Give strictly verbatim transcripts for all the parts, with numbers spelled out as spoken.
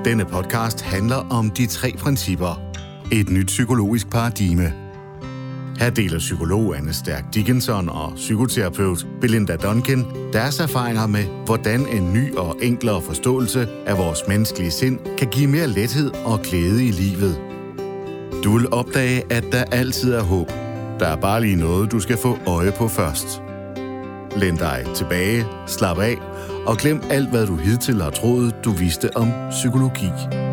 Denne podcast handler om de tre principper. Et nyt psykologisk paradigme. Her deler psykolog Anne Stærk Dickinson og psykoterapeut Belinda Duncan deres erfaringer med, hvordan en ny og enklere forståelse af vores menneskelige sind kan give mere lethed og glæde i livet. Du vil opdage, at der altid er håb. Der er bare lige noget, du skal få øje på først. Læn dig tilbage, slap af og glem alt, hvad du hidtil har troet, du vidste om psykologi.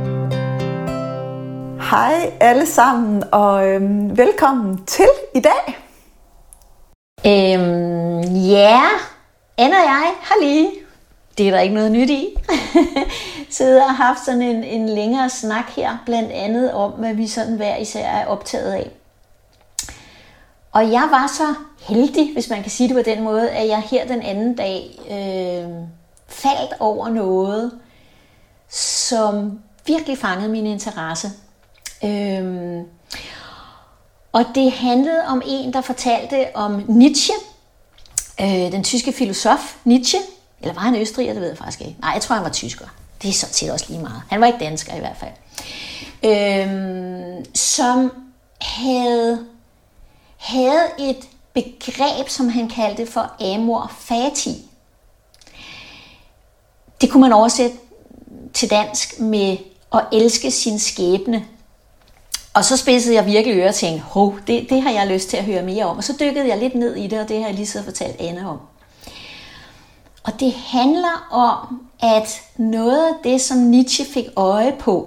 Hej alle sammen, og øhm, velkommen til i dag. Øhm, ja, Anne og jeg har lige, det er der ikke noget nyt i, siddet og haft sådan en, en længere snak her, blandt andet om, hvad vi sådan hver især er optaget af. Og jeg var så heldig, hvis man kan sige det på den måde, at jeg her den anden dag øh, faldt over noget, som virkelig fangede min interesse. Øhm, og det handlede om en, der fortalte om Nietzsche, øh, den tyske filosof Nietzsche, eller var han østriger, det ved jeg faktisk ikke. Nej, jeg tror han var tysker. Det er så tit også lige meget. Han var ikke dansker i hvert fald. Øhm, som havde, havde et begreb, som han kaldte for amor fati. Det kunne man oversætte til dansk med at elske sin skæbne. Og så spidsede jeg virkelig øre og tænkte, hov, det, det har jeg lyst til at høre mere om. Og så dykkede jeg lidt ned i det, og det har jeg lige så fortalt Anne om. Og det handler om, at noget af det, som Nietzsche fik øje på,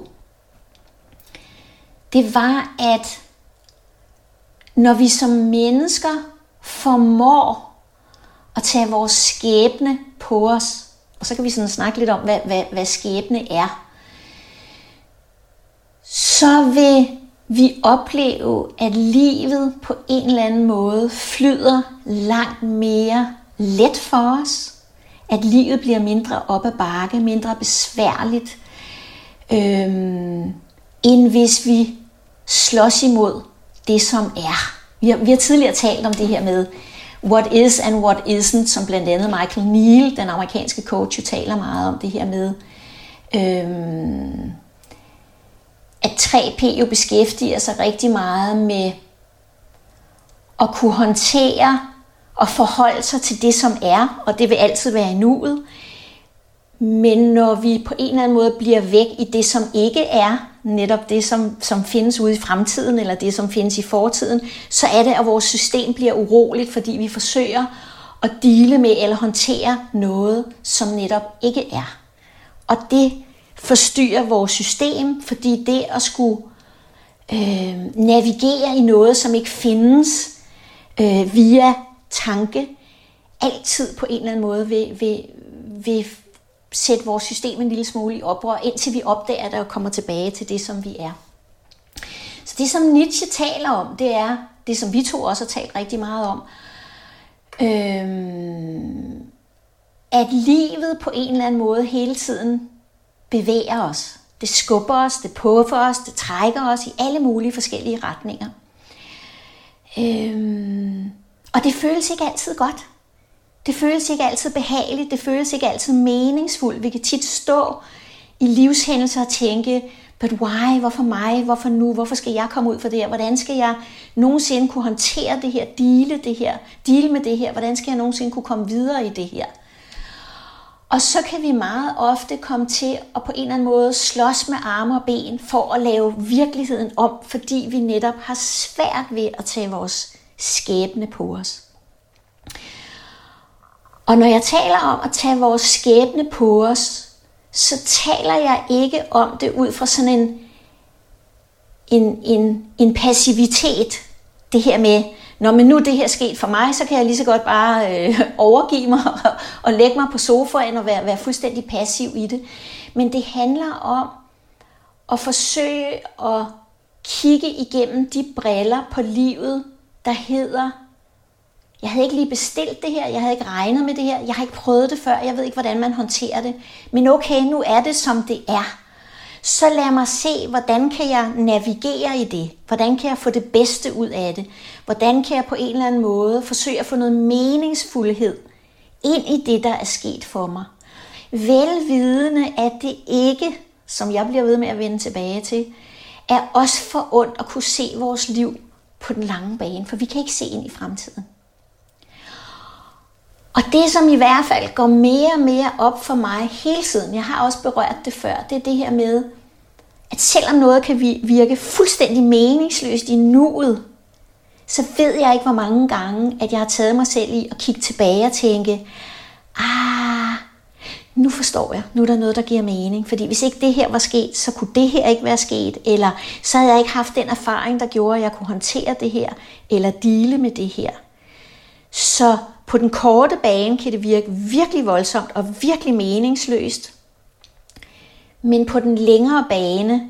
det var, at når vi som mennesker formår at tage vores skæbne på os, og så kan vi sådan snakke lidt om, hvad, hvad, hvad skæbne er, så vil vi opleve, at livet på en eller anden måde flyder langt mere let for os. At livet bliver mindre op ad bakke, mindre besværligt, øhm, end hvis vi slås imod det, som er. Vi har, vi har tidligere talt om det her med what is and what isn't, som blandt andet Michael Neill, den amerikanske coach, jo taler meget om det her med, øhm, at tre P jo beskæftiger sig rigtig meget med at kunne håndtere og forholde sig til det, som er, og det vil altid være i nuet. Men når vi på en eller anden måde bliver væk i det, som ikke er, netop det, som, som findes ude i fremtiden, eller det, som findes i fortiden, så er det, at vores system bliver uroligt, fordi vi forsøger at deale med eller håndtere noget, som netop ikke er. Og det forstyrrer vores system, fordi det at skulle øh, navigere i noget, som ikke findes øh, via tanke, altid på en eller anden måde vil, vil, vil sætte vores system en lille smule i oprør, indtil vi opdager det og kommer tilbage til det, som vi er. Så det, som Nietzsche taler om, det er det, som vi to også har talt rigtig meget om, øh, at livet på en eller anden måde hele tiden bevæger os. Det skubber os, det puffer os, det trækker os i alle mulige forskellige retninger. Øhm, og det føles ikke altid godt. Det føles ikke altid behageligt, det føles ikke altid meningsfuldt. Vi kan tit stå i livshændelser og tænke, but why, hvorfor mig, hvorfor nu, hvorfor skal jeg komme ud for det her, hvordan skal jeg nogensinde kunne håndtere det her, deale det her, deale med det her, hvordan skal jeg nogensinde kunne komme videre i det her. Og så kan vi meget ofte komme til at på en eller anden måde slås med arme og ben for at lave virkeligheden om, fordi vi netop har svært ved at tage vores skæbne på os. Og når jeg taler om at tage vores skæbne på os, så taler jeg ikke om det ud fra sådan en, en, en, en passivitet. Det her med, når men nu det her sket for mig, så kan jeg lige så godt bare øh, overgive mig og, og lægge mig på sofaen og være, være fuldstændig passiv i det. Men det handler om at forsøge at kigge igennem de briller på livet, der hedder, jeg havde ikke lige bestilt det her, jeg havde ikke regnet med det her, jeg har ikke prøvet det før, jeg ved ikke, hvordan man håndterer det. Men okay, nu er det, som det er. Så lad mig se, hvordan kan jeg navigere i det? Hvordan kan jeg få det bedste ud af det? Hvordan kan jeg på en eller anden måde forsøge at få noget meningsfuldhed ind i det, der er sket for mig? Velvidende, at det ikke som jeg bliver ved med at vende tilbage til, er også for ondt at kunne se vores liv på den lange bane, for vi kan ikke se ind i fremtiden. Og det, som i hvert fald går mere og mere op for mig hele tiden, jeg har også berørt det før, det er det her med, at selvom noget kan virke fuldstændig meningsløst i nuet, så ved jeg ikke, hvor mange gange, at jeg har taget mig selv i at kigge tilbage og tænke, ah, nu forstår jeg, nu er der noget, der giver mening. Fordi hvis ikke det her var sket, så kunne det her ikke være sket. Eller så havde jeg ikke haft den erfaring, der gjorde, at jeg kunne håndtere det her, eller dele med det her. Så på den korte bane kan det virke virkelig voldsomt og virkelig meningsløst. Men på den længere bane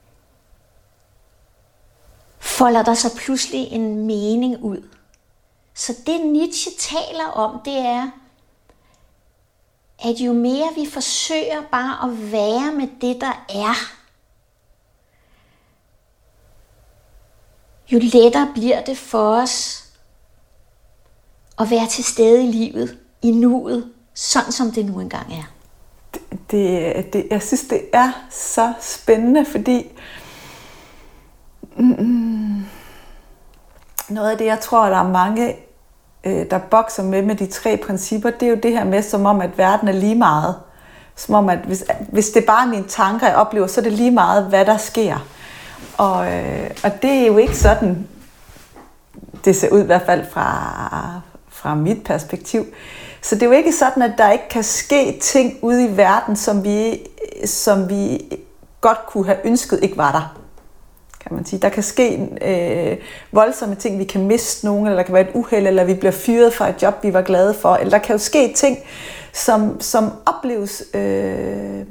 folder der så pludselig en mening ud. Så det Nietzsche taler om, det er, at jo mere vi forsøger bare at være med det, der er, jo lettere bliver det for os at være til stede i livet, i nuet, sådan som det nu engang er. Det, det, det, jeg synes, det er så spændende, fordi mm, noget af det, jeg tror, der er mange, øh, der bokser med med de tre principper, det er jo det her med, som om, at verden er lige meget. Som om, at hvis, hvis det bare er mine tanker, jeg oplever, så er det lige meget, hvad der sker. Og, øh, og det er jo ikke sådan, det ser ud i hvert fald fra, fra mit perspektiv. Så det er jo ikke sådan, at der ikke kan ske ting ude i verden, som vi, som vi godt kunne have ønsket ikke var der, kan man sige. Der kan ske øh, voldsomme ting, vi kan miste nogen, eller der kan være et uheld, eller vi bliver fyret fra et job, vi var glade for, eller der kan jo ske ting, som, som opleves øh,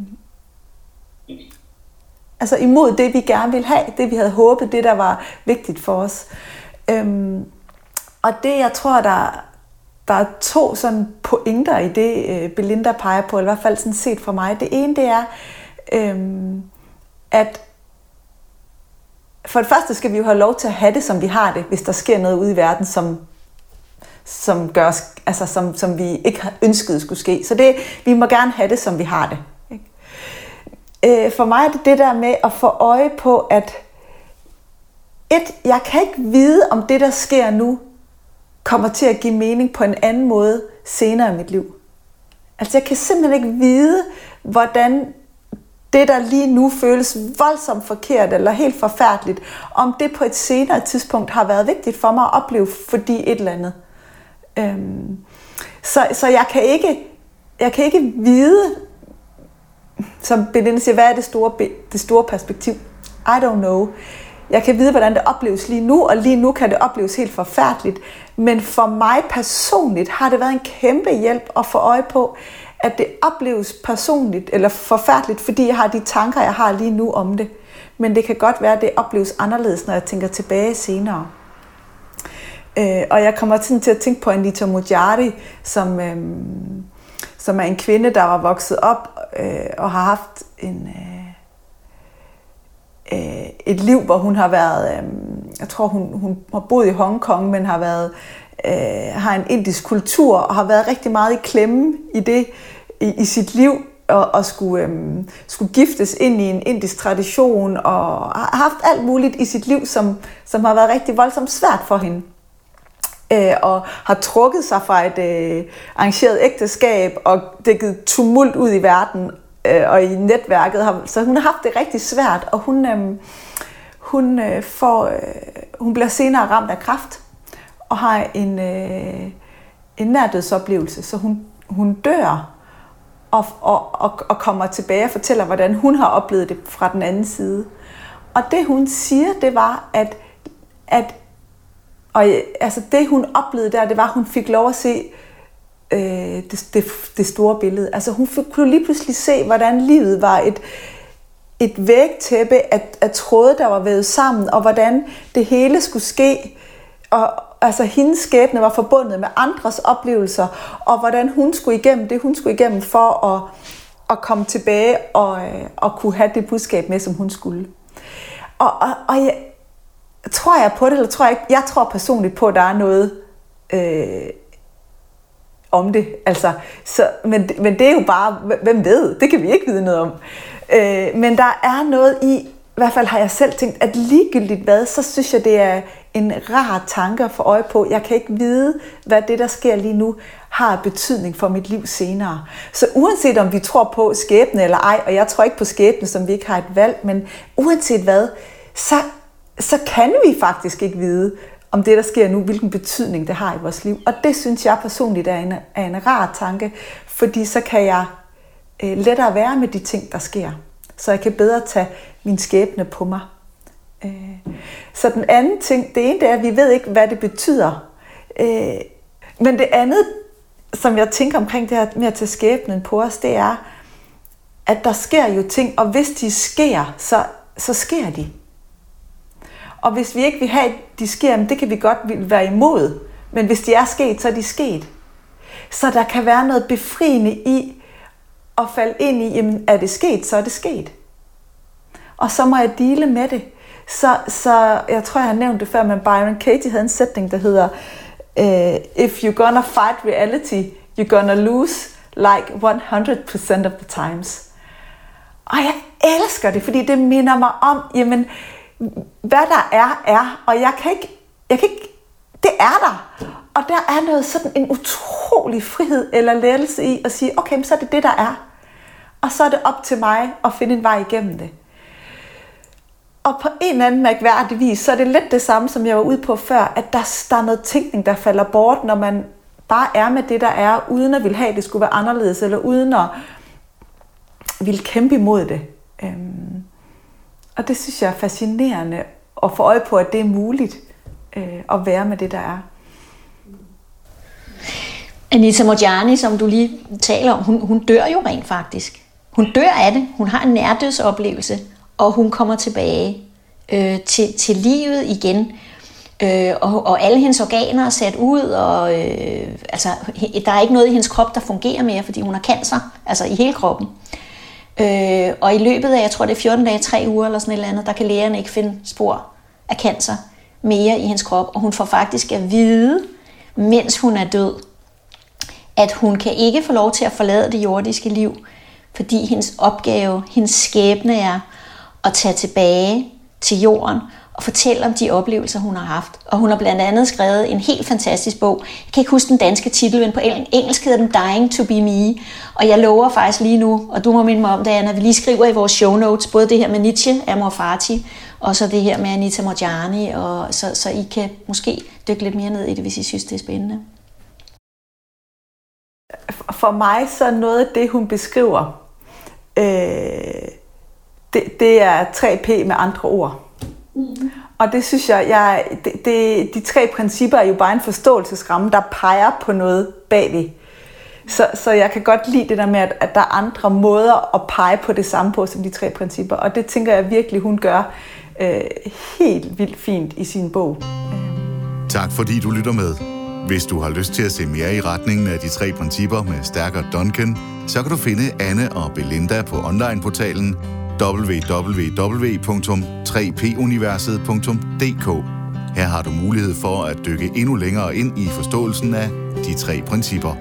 altså imod det, vi gerne ville have, det vi havde håbet, det der var vigtigt for os. Øhm, og det, jeg tror, der Der er to sådan pointer i det, Belinda peger på, eller i hvert fald sådan set fra mig. Det ene, det er, øhm, at for det første skal vi jo have lov til at have det, som vi har det, hvis der sker noget ude i verden, som, som, gør os, altså, som, som vi ikke har ønsket skulle ske. Så det, vi må gerne have det, som vi har det. Ikke? Øh, for mig er det det der med at få øje på, at et, jeg kan ikke vide, om det, der sker nu, kommer til at give mening på en anden måde senere i mit liv. Altså jeg kan simpelthen ikke vide, hvordan det, der lige nu føles voldsomt forkert eller helt forfærdeligt, om det på et senere tidspunkt har været vigtigt for mig at opleve, fordi et eller andet. Øhm, så, så jeg kan ikke, jeg kan ikke vide, som Belinda siger, hvad er det store, det store perspektiv? I don't know. Jeg kan vide, hvordan det opleves lige nu, og lige nu kan det opleves helt forfærdeligt. Men for mig personligt har det været en kæmpe hjælp at få øje på, at det opleves personligt eller forfærdeligt, fordi jeg har de tanker, jeg har lige nu om det. Men det kan godt være, at det opleves anderledes, når jeg tænker tilbage senere. Øh, og jeg kommer til at tænke på Anita Mujari, som, øh, som er en kvinde, der var vokset op øh, og har haft en... Øh, et liv, hvor hun har været, jeg tror hun, hun har boet i Hongkong, men har været, øh, har en indisk kultur og har været rigtig meget i klemme i det i, i sit liv og, og skulle, øh, skulle giftes ind i en indisk tradition og har haft alt muligt i sit liv, som, som har været rigtig voldsomt svært for hende. Øh, og har trukket sig fra et øh, arrangeret ægteskab og dækket tumult ud i verden og i netværket, så hun har haft det rigtig svært, og hun, øh, hun, øh, får, øh, hun bliver senere ramt af kræft, og har en, øh, en nærdødsoplevelse, så hun, hun dør, og, og, og, og kommer tilbage og fortæller, hvordan hun har oplevet det fra den anden side. Og det hun siger, det var, at, at og, altså det hun oplevede der, det var, at hun fik lov at se Det, det, det store billede. Altså hun kunne lige pludselig se, hvordan livet var et, et vægtæppe af, af tråde, der var vævet sammen, og hvordan det hele skulle ske. Og altså hendes skæbne var forbundet med andres oplevelser, og hvordan hun skulle igennem det, hun skulle igennem for at, at komme tilbage og, og kunne have det budskab med, som hun skulle. Og, og, og jeg, tror jeg på det, eller tror jeg ikke? Jeg tror personligt på, at der er noget øh, om det, altså, så, men, men det er jo bare, hvem ved, det kan vi ikke vide noget om. Øh, men der er noget i, i hvert fald har jeg selv tænkt, at ligegyldigt hvad, så synes jeg, det er en rar tanke at få øje på. Jeg kan ikke vide, hvad det, der sker lige nu, har betydning for mit liv senere. Så uanset om vi tror på skæbne eller ej, og jeg tror ikke på skæbne, som vi ikke har et valg, men uanset hvad, så, så kan vi faktisk ikke vide, om det, der sker nu, hvilken betydning det har i vores liv. Og det synes jeg personligt er en, er en rar tanke, fordi så kan jeg øh, lettere være med de ting, der sker. Så jeg kan bedre tage min skæbne på mig. Øh, så den anden ting, det ene det er, at vi ved ikke, hvad det betyder. Øh, men det andet, som jeg tænker omkring det her med at tage skæbnen på os, det er, at der sker jo ting, og hvis de sker, så, så sker de. Og hvis vi ikke vil have, at de sker, det kan vi godt være imod. Men hvis de er sket, så er de sket. Så der kan være noget befriende i at falde ind i, jamen er det sket, så er det sket. Og så må jeg dele med det. Så, så jeg tror, jeg har nævnt det før, men Byron Katie havde en sætning, der hedder, if you're gonna fight reality, you're gonna lose like one hundred percent of the times. Og jeg elsker det, fordi det minder mig om, jamen, hvad der er, er, og jeg kan ikke, jeg kan ikke, det er der. Og der er noget sådan en utrolig frihed eller lettelse i at sige, okay, men så er det det, der er. Og så er det op til mig at finde en vej igennem det. Og på en eller anden mærkværdig vis, så er det lidt det samme, som jeg var ude på før, at der, der er noget tænkning, der falder bort, når man bare er med det, der er, uden at ville have, at det skulle være anderledes, eller uden at ville kæmpe imod det. Øhm, og det synes jeg er fascinerende at få øje på, at det er muligt øh, at være med det, der er. Anita Moorjani, som du lige taler om, hun, hun dør jo rent faktisk. Hun dør af det. Hun har en nærdødsoplevelse, og hun kommer tilbage øh, til, til livet igen. Øh, og, og alle hendes organer er sat ud, og øh, altså, der er ikke noget i hendes krop, der fungerer mere, fordi hun har cancer, altså i hele kroppen. Øh, og i løbet af, jeg tror det er fjorten dage, tre uger eller sådan et eller andet, der kan lægerne ikke finde spor af cancer mere i hendes krop, og hun får faktisk at vide, mens hun er død, at hun kan ikke få lov til at forlade det jordiske liv, fordi hendes opgave, hendes skæbne er at tage tilbage til jorden og fortælle om de oplevelser, hun har haft. Og hun har blandt andet skrevet en helt fantastisk bog. Jeg kan ikke huske den danske titel, men på engelsk hedder den Dying to be Me. Og jeg lover faktisk lige nu, og du må minde mig om det, Anna, vi lige skriver i vores show notes, både det her med Nietzsche, Amor Fati, og så det her med Anita Moorjani, og så, så I kan måske dykke lidt mere ned i det, hvis I synes, det er spændende. For mig så noget af det, hun beskriver, øh, det, det er tre P med andre ord. Mm. Og det synes jeg, jeg det, det, de tre principper er jo bare en forståelsesramme, der peger på noget bagved. Så, så jeg kan godt lide det der med, at, at der er andre måder at pege på det samme på, som de tre principper. Og det tænker jeg virkelig, hun gør øh, helt vildt fint i sin bog. Tak fordi du lytter med. Hvis du har lyst til at se mere i retningen af de tre principper med Stærk og Duncan, så kan du finde Anne og Belinda på onlineportalen w w w punktum tre p universet punktum d k. Her har du mulighed for at dykke endnu længere ind i forståelsen af de tre principper.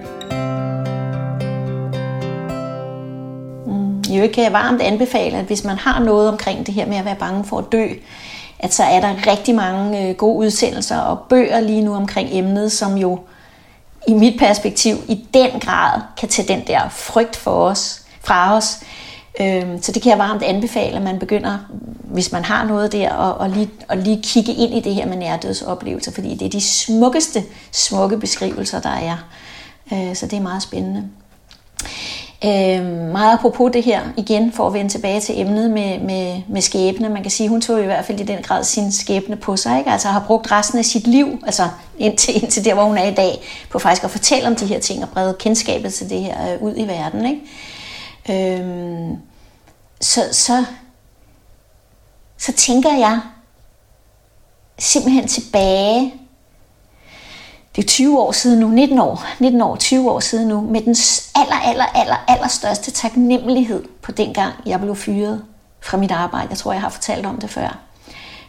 Mm, jeg kan varmt anbefale, at hvis man har noget omkring det her med at være bange for at dø, at så er der rigtig mange øh, gode udsendelser og bøger lige nu omkring emnet, som jo i mit perspektiv i den grad kan tage den der frygt for os, fra os. Øh, så det kan jeg varmt anbefale, at man begynder, hvis man har noget der, og, og, lige, og lige kigge ind i det her med nærdødsoplevelser, fordi det er de smukkeste, smukke beskrivelser, der er. Øh, så det er meget spændende. Øh, meget apropos det her, igen for at vende tilbage til emnet med, med, med skæbne. Man kan sige, hun tog i hvert fald i den grad sin skæbne på sig, ikke? Altså har brugt resten af sit liv, altså indtil, indtil der, hvor hun er i dag, på faktisk at fortælle om de her ting og brede kendskabet til det her øh, ud i verden, ikke? Øh, så, så, så tænker jeg simpelthen tilbage. Det er tyve år siden nu, nitten år, nitten år, tyve år siden nu, med den aller, aller, aller, aller største taknemmelighed på den gang, jeg blev fyret fra mit arbejde. Jeg tror, jeg har fortalt om det før.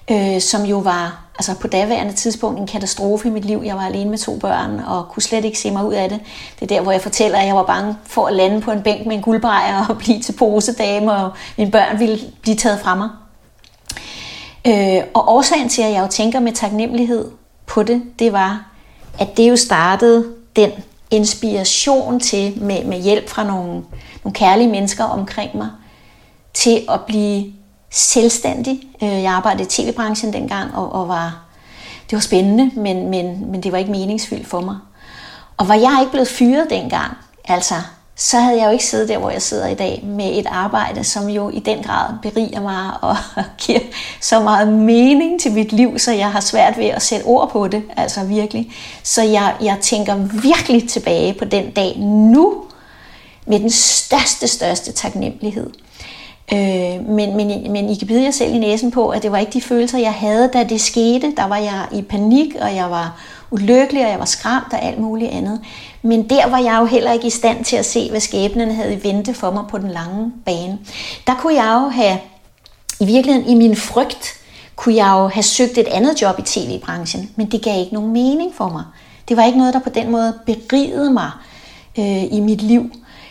øh, som jo var altså på daværende tidspunkt en katastrofe i mit liv. Jeg var alene med to børn og kunne slet ikke se mig ud af det. Det er der, hvor jeg fortæller, at jeg var bange for at lande på en bænk med en guldbrejer og blive til posedame, og mine børn ville blive taget fra mig. Øh, og årsagen til, at jeg jo tænker med taknemmelighed på det, det var, at det jo startede den inspiration til, med, med hjælp fra nogle, nogle kærlige mennesker omkring mig, til at blive selvstændig. Jeg arbejdede i tv-branchen dengang, og, og var, det var spændende, men, men, men det var ikke meningsfyldt for mig. Og var jeg ikke blevet fyret dengang, altså, så havde jeg jo ikke siddet der, hvor jeg sidder i dag, med et arbejde, som jo i den grad beriger mig og giver så meget mening til mit liv, så jeg har svært ved at sætte ord på det, altså virkelig. Så jeg, jeg tænker virkelig tilbage på den dag nu, med den største, største taknemmelighed. Øh, men, men, men I kan bide jer selv i næsen på, at det var ikke de følelser, jeg havde, da det skete. Der var jeg i panik, og jeg var ulykkelig, og jeg var skræmt og alt muligt andet. Men der var jeg jo heller ikke i stand til at se, hvad skæbnen havde i vente for mig på den lange bane. Der kunne jeg jo have, i virkeligheden i min frygt, kunne jeg jo have søgt et andet job i tv-branchen, men det gav ikke nogen mening for mig. Det var ikke noget, der på den måde berigede mig øh, i mit liv.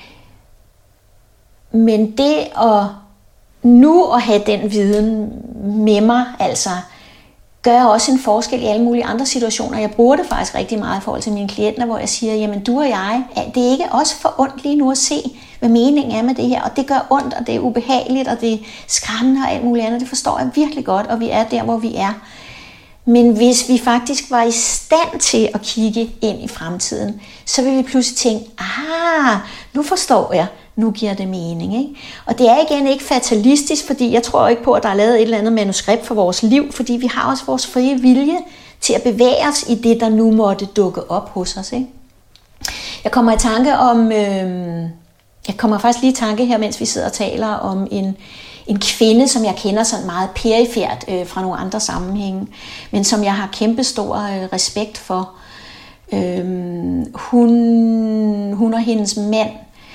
Men det at nu at have den viden med mig, altså gør også en forskel i alle mulige andre situationer. Jeg bruger det faktisk rigtig meget i forhold til mine klienter, hvor jeg siger, jamen du og jeg, det er ikke også for ondt lige nu at se, hvad meningen er med det her, og det gør ondt, og det er ubehageligt, og det er skræmmende og alt muligt andet. Det forstår jeg virkelig godt, og vi er der, hvor vi er. Men hvis vi faktisk var i stand til at kigge ind i fremtiden, så vil vi pludselig tænke, ah, nu forstår jeg, nu giver det mening. Ikke? Og det er igen ikke fatalistisk, fordi jeg tror ikke på, at der er lavet et eller andet manuskript for vores liv, fordi vi har også vores frie vilje til at bevæge os i det, der nu måtte dukke op hos os. Ikke? Jeg kommer i tanke om, øh, jeg kommer faktisk lige i tanke her, mens vi sidder og taler om en, en kvinde, som jeg kender sådan meget perifert øh, fra nogle andre sammenhænge, men som jeg har kæmpestor øh, respekt for. Øh, hun, hun og hendes mand,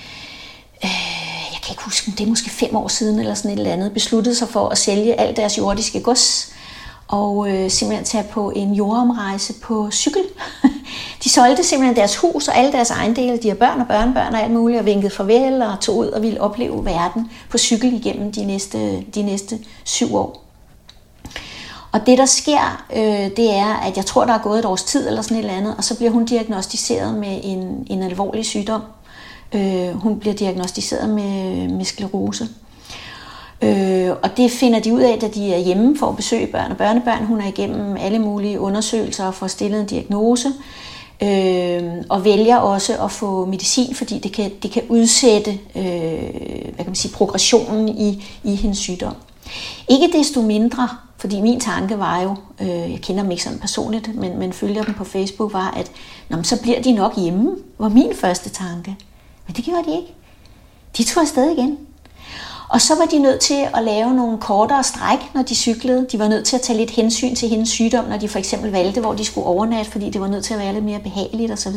jeg kan ikke huske, det er måske fem år siden eller sådan et eller andet, besluttede sig for at sælge alt deres jordiske gods og øh, simpelthen tage på en jordomrejse på cykel. De solgte simpelthen deres hus og alle deres ejendele, de har børn og børnebørn og alt muligt, og vinkede farvel og tog ud og ville opleve verden på cykel igennem de næste, de næste syv år. Og det der sker, øh, det er, at jeg tror, der er gået et års tid eller sådan et eller andet, og så bliver hun diagnosticeret med en, en alvorlig sygdom. Øh, hun bliver diagnosticeret med, med sklerose. Øh, og det finder de ud af, da de er hjemme for at besøge børn og børnebørn. Hun er igennem alle mulige undersøgelser og får stillet en diagnose. Øh, og vælger også at få medicin, fordi det kan, det kan udsætte øh, hvad kan man sige, progressionen i, i hendes sygdom. Ikke desto mindre, fordi min tanke var jo, øh, jeg kender dem ikke sådan personligt, men, men følger dem på Facebook, var, at nå, så bliver de nok hjemme, var min første tanke. Men det gjorde de ikke. De tog afsted igen. Og så var de nødt til at lave nogle kortere stræk, når de cyklede. De var nødt til at tage lidt hensyn til hendes sygdom, når de for eksempel valgte, hvor de skulle overnatte, fordi det var nødt til at være lidt mere behageligt osv.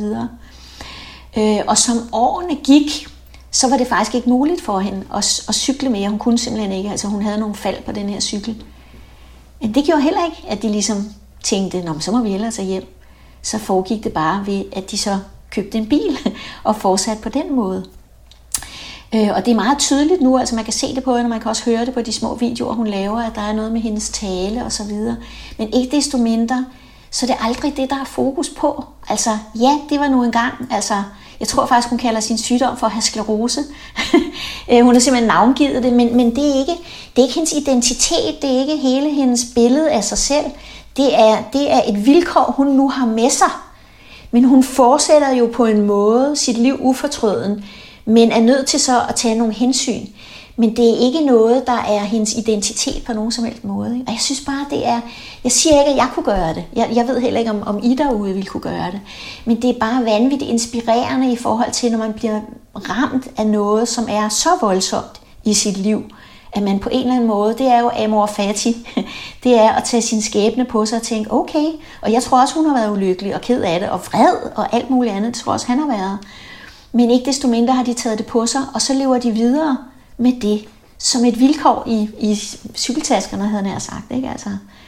Øh, og som årene gik, så var det faktisk ikke muligt for hende at, at cykle mere. Hun kunne simpelthen ikke. Altså hun havde nogle fald på den her cykel. Men det gjorde heller ikke, at de ligesom tænkte, nå, så må vi hellere tage hjem. Så foregik det bare ved, at de så købte en bil og fortsatte på den måde. Øh, og det er meget tydeligt nu, altså man kan se det på hende, og man kan også høre det på de små videoer, hun laver, at der er noget med hendes tale og så videre. Men ikke desto mindre, så det er aldrig det, der er fokus på. Altså, ja, det var nu engang, altså, jeg tror faktisk, hun kalder sin sygdom for at have sklerose. Hun har simpelthen navngivet det, men, men det, er ikke, det er ikke hendes identitet, det er ikke hele hendes billede af sig selv. Det er, det er et vilkår, hun nu har med sig. Men hun fortsætter jo på en måde sit liv ufortrøden, men er nødt til så at tage nogle hensyn. Men det er ikke noget, der er hendes identitet på nogen som helst måde. Ikke? Og jeg synes bare, det er... Jeg siger ikke, at jeg kunne gøre det. Jeg, jeg ved heller ikke, om, om I derude ville kunne gøre det. Men det er bare vanvittigt inspirerende i forhold til, når man bliver ramt af noget, som er så voldsomt i sit liv, at man på en eller anden måde, det er jo amor fati, det er at tage sin skæbne på sig og tænke, okay, og jeg tror også, hun har været ulykkelig og ked af det, og vred og alt muligt andet, det tror også, han har været. Men ikke desto mindre har de taget det på sig, og så lever de videre med det, som et vilkår i, i cykeltaskerne, havde jeg sagt. Ikke? Altså,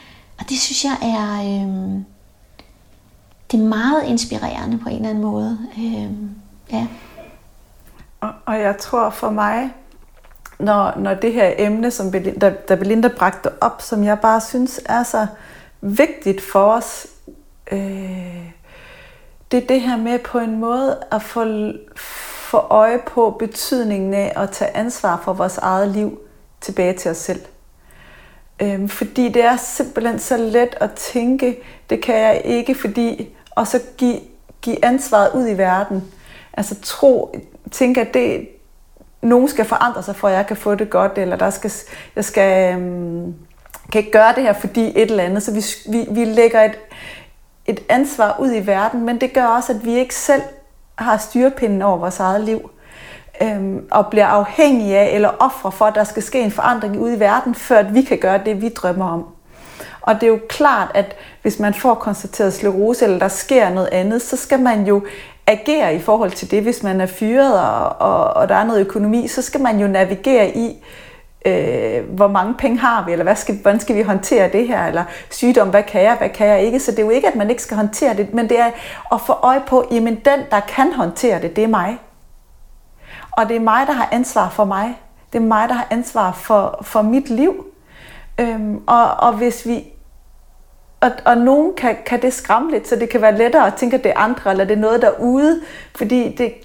Og det synes jeg er, øh, det er meget inspirerende på en eller anden måde. Øh, ja. Og, og jeg tror for mig, når, når det her emne, som Belinda, der Belinda bragte op, som jeg bare synes er så vigtigt for os, øh, det er det her med på en måde at få, få øje på betydningen af at tage ansvar for vores eget liv tilbage til os selv. Øh, fordi det er simpelthen så let at tænke, det kan jeg ikke, fordi, og så give, give ansvaret ud i verden. Altså tro, tænke, at det, nogen skal forandre sig, for at jeg kan få det godt, eller der skal, jeg skal, øhm, kan ikke gøre det her, fordi et eller andet. Så vi, vi, vi lægger et, et ansvar ud i verden, men det gør også, at vi ikke selv har styrepinden over vores eget liv, øhm, og bliver afhængige af, eller ofre for, at der skal ske en forandring ude i verden, før at vi kan gøre det, vi drømmer om. Og det er jo klart, at hvis man får konstateret sklerose, eller der sker noget andet, så skal man jo agere i forhold til det. Hvis man er fyret, og, og, og der er noget økonomi, så skal man jo navigere i, øh, hvor mange penge har vi, eller hvad skal, hvordan skal vi håndtere det her, eller sygdom, hvad kan jeg, hvad kan jeg ikke. Så det er jo ikke, at man ikke skal håndtere det, men det er at få øje på, jamen den, der kan håndtere det, det er mig. Og det er mig, der har ansvar for mig. Det er mig, der har ansvar for, for mit liv. Øhm, og, og hvis vi Og, og nogen kan, kan det skræmme lidt, så det kan være lettere at tænke, at det er andre, eller det er noget derude, fordi det,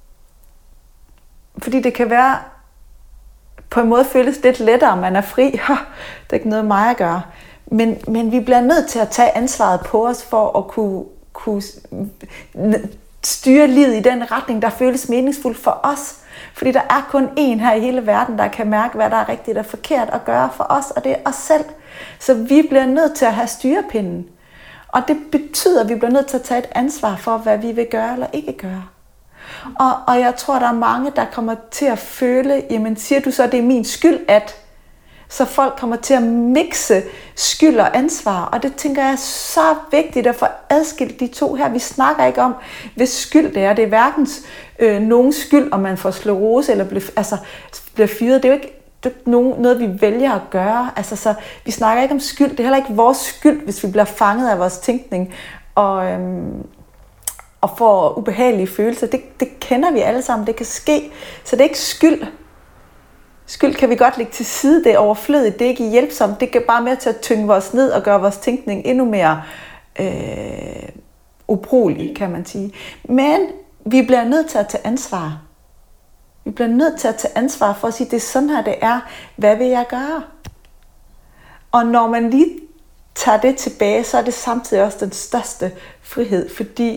fordi det kan være, på en måde føles lidt lettere, man er fri. Det er ikke noget mig at gøre. Men, men vi bliver nødt til at tage ansvaret på os, for at kunne, kunne styre livet i den retning, der føles meningsfuldt for os. Fordi der er kun én her i hele verden, der kan mærke, hvad der er rigtigt og forkert at gøre for os, og det er os selv. Så vi bliver nødt til at have styrepinden. Og det betyder, at vi bliver nødt til at tage et ansvar for, hvad vi vil gøre eller ikke gøre. Og, og jeg tror, der er mange, der kommer til at føle, jamen siger du så, at det er min skyld, at... Så folk kommer til at mixe skyld og ansvar. Og det tænker jeg er så vigtigt at få adskilt de to her. Vi snakker ikke om, hvis skyld det er. Det er hverken øh, nogens skyld, om man får sklerose eller bliver, altså, bliver fyret. Det er jo ikke det er nogen, noget, vi vælger at gøre. Altså, så vi snakker ikke om skyld. Det er heller ikke vores skyld, hvis vi bliver fanget af vores tænkning og, øhm, og får ubehagelige følelser. Det, det kender vi alle sammen. Det kan ske. Så det er ikke skyld. Skyld kan vi godt lægge til side, det er overflødigt, det er ikke hjælpsomt, det kan bare med til at tynge vores ned og gøre vores tænkning endnu mere øh, ubrugelig, kan man sige. Men vi bliver nødt til at tage ansvar. Vi bliver nødt til at tage ansvar for at sige, det er sådan her det er, hvad vil jeg gøre? Og når man lige tager det tilbage, så er det samtidig også den største frihed, fordi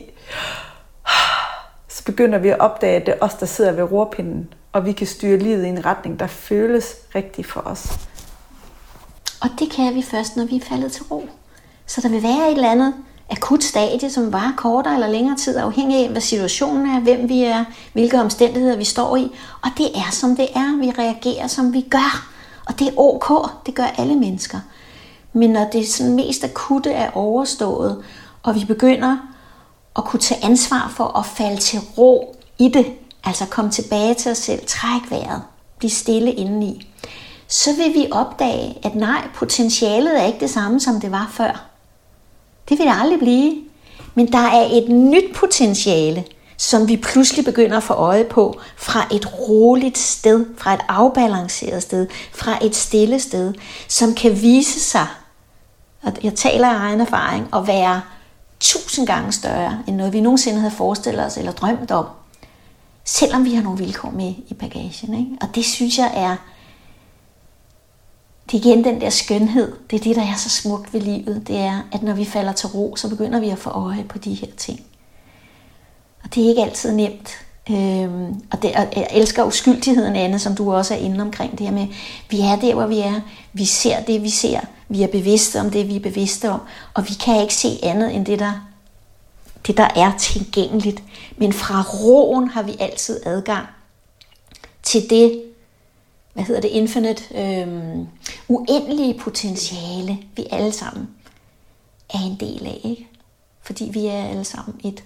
så begynder vi at opdage, at det er os, der sidder ved rorpinden, og vi kan styre livet i en retning, der føles rigtig for os. Og det kan vi først, når vi er faldet til ro. Så der vil være et eller andet akut stadie, som varer kortere eller længere tid, afhængig af, hvad situationen er, hvem vi er, hvilke omstændigheder vi står i. Og det er, som det er. Vi reagerer, som vi gør. Og det er ok. Det gør alle mennesker. Men når det sådan mest akutte er overstået, og vi begynder at kunne tage ansvar for at falde til ro i det, altså komme tilbage til os selv, træk vejret, blive stille indeni, så vil vi opdage, at nej, potentialet er ikke det samme, som det var før. Det vil det aldrig blive. Men der er et nyt potentiale, som vi pludselig begynder at få øje på fra et roligt sted, fra et afbalanceret sted, fra et stille sted, som kan vise sig, og jeg taler af egen erfaring, at være tusind gange større, end noget vi nogensinde havde forestillet os eller drømt om. Selvom vi har nogle vilkår med i bagagen. Ikke? Og det synes jeg er, det er igen den der skønhed. Det er det, der er så smukt ved livet. Det er, at når vi falder til ro, så begynder vi at få øje på de her ting. Og det er ikke altid nemt. Øhm, og, det, og jeg elsker uskyldigheden, Anne, som du også er inde omkring det her med, vi er der, hvor vi er. Vi ser det, vi ser. Vi er bevidste om det, vi er bevidste om. Og vi kan ikke se andet end det, der det der er tilgængeligt. Men fra roen har vi altid adgang til det, hvad hedder det, infinite, øhm, uendelige potentiale, vi alle sammen er en del af, ikke? Fordi vi er alle sammen et.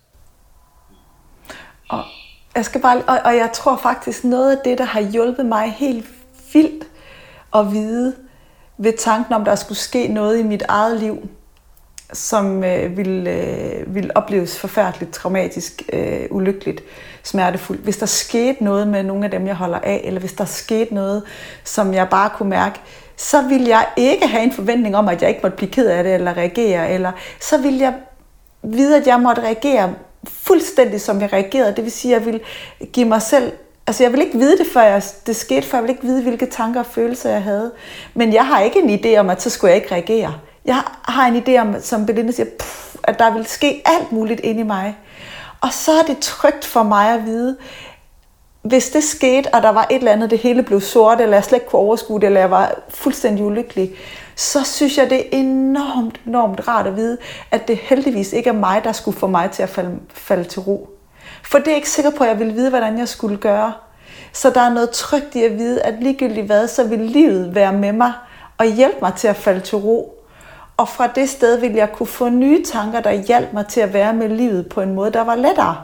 Og jeg skal bare, og, og jeg tror faktisk noget af det, der har hjulpet mig helt vildt at vide, ved tanken om, der skulle ske noget i mit eget liv, som øh, ville, øh, ville opleves forfærdeligt, traumatisk, øh, ulykkeligt, smertefuldt. Hvis der skete noget med nogle af dem, jeg holder af, eller hvis der skete noget, som jeg bare kunne mærke, så ville jeg ikke have en forventning om, at jeg ikke måtte blive ked af det, eller reagere, eller så ville jeg vide, at jeg måtte reagere fuldstændig, som jeg reagerede. Det vil sige, at jeg ville give mig selv... Altså, jeg vil ikke vide det, før jeg, det skete, for jeg vil ikke vide, hvilke tanker og følelser jeg havde. Men jeg har ikke en idé om, at så skulle jeg ikke reagere. Jeg har en idé om, som Belinda siger, pff, at der vil ske alt muligt inde i mig. Og så er det trygt for mig at vide, hvis det skete, og der var et eller andet, det hele blev sort, eller jeg slet ikke kunne overskue det, eller jeg var fuldstændig ulykkelig, så synes jeg, det er enormt, enormt rart at vide, at det heldigvis ikke er mig, der skulle få mig til at falde, falde til ro. For det er ikke sikker på, at jeg ville vide, hvordan jeg skulle gøre. Så der er noget trygt i at vide, at ligegyldigt hvad, så vil livet være med mig og hjælpe mig til at falde til ro. Og fra det sted vil jeg kunne få nye tanker, der hjalp mig til at være med livet på en måde, der var lettere.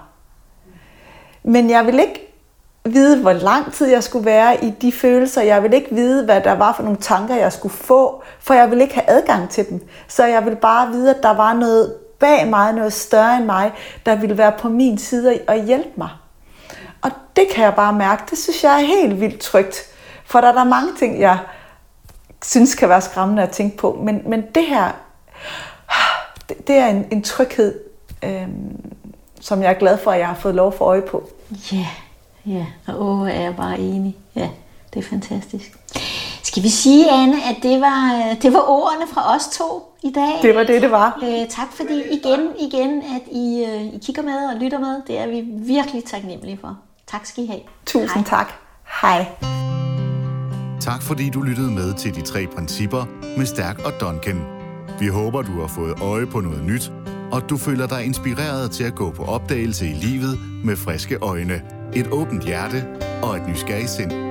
Men jeg vil ikke vide, hvor lang tid jeg skulle være i de følelser. Jeg vil ikke vide, hvad der var for nogle tanker, jeg skulle få, for jeg vil ikke have adgang til dem. Så jeg vil bare vide, at der var noget bag mig, noget større end mig, der ville være på min side og hjælpe mig. Og det kan jeg bare mærke. Det synes jeg er helt vildt trygt. For der er der mange ting, jeg synes kan være skræmmende at tænke på. Men, men det her, det, det er en, en tryghed, øh, som jeg er glad for, at jeg har fået lov at få øje på. Ja, ja. Og åh, er jeg bare enig. Ja, det er fantastisk. Skal vi sige, Anne, at det var, det var ordene fra os to i dag? Det var det, det var. Øh, tak fordi igen, igen, at I, øh, I kigger med og lytter med. Det er vi virkelig taknemmelige for. Tak skal I have. Tusind Hej. tak. Hej. Tak fordi du lyttede med til De Tre Principper med Stærk og Duncan. Vi håber, du har fået øje på noget nyt, og du føler dig inspireret til at gå på opdagelse i livet med friske øjne, et åbent hjerte og et nysgerrigt sind.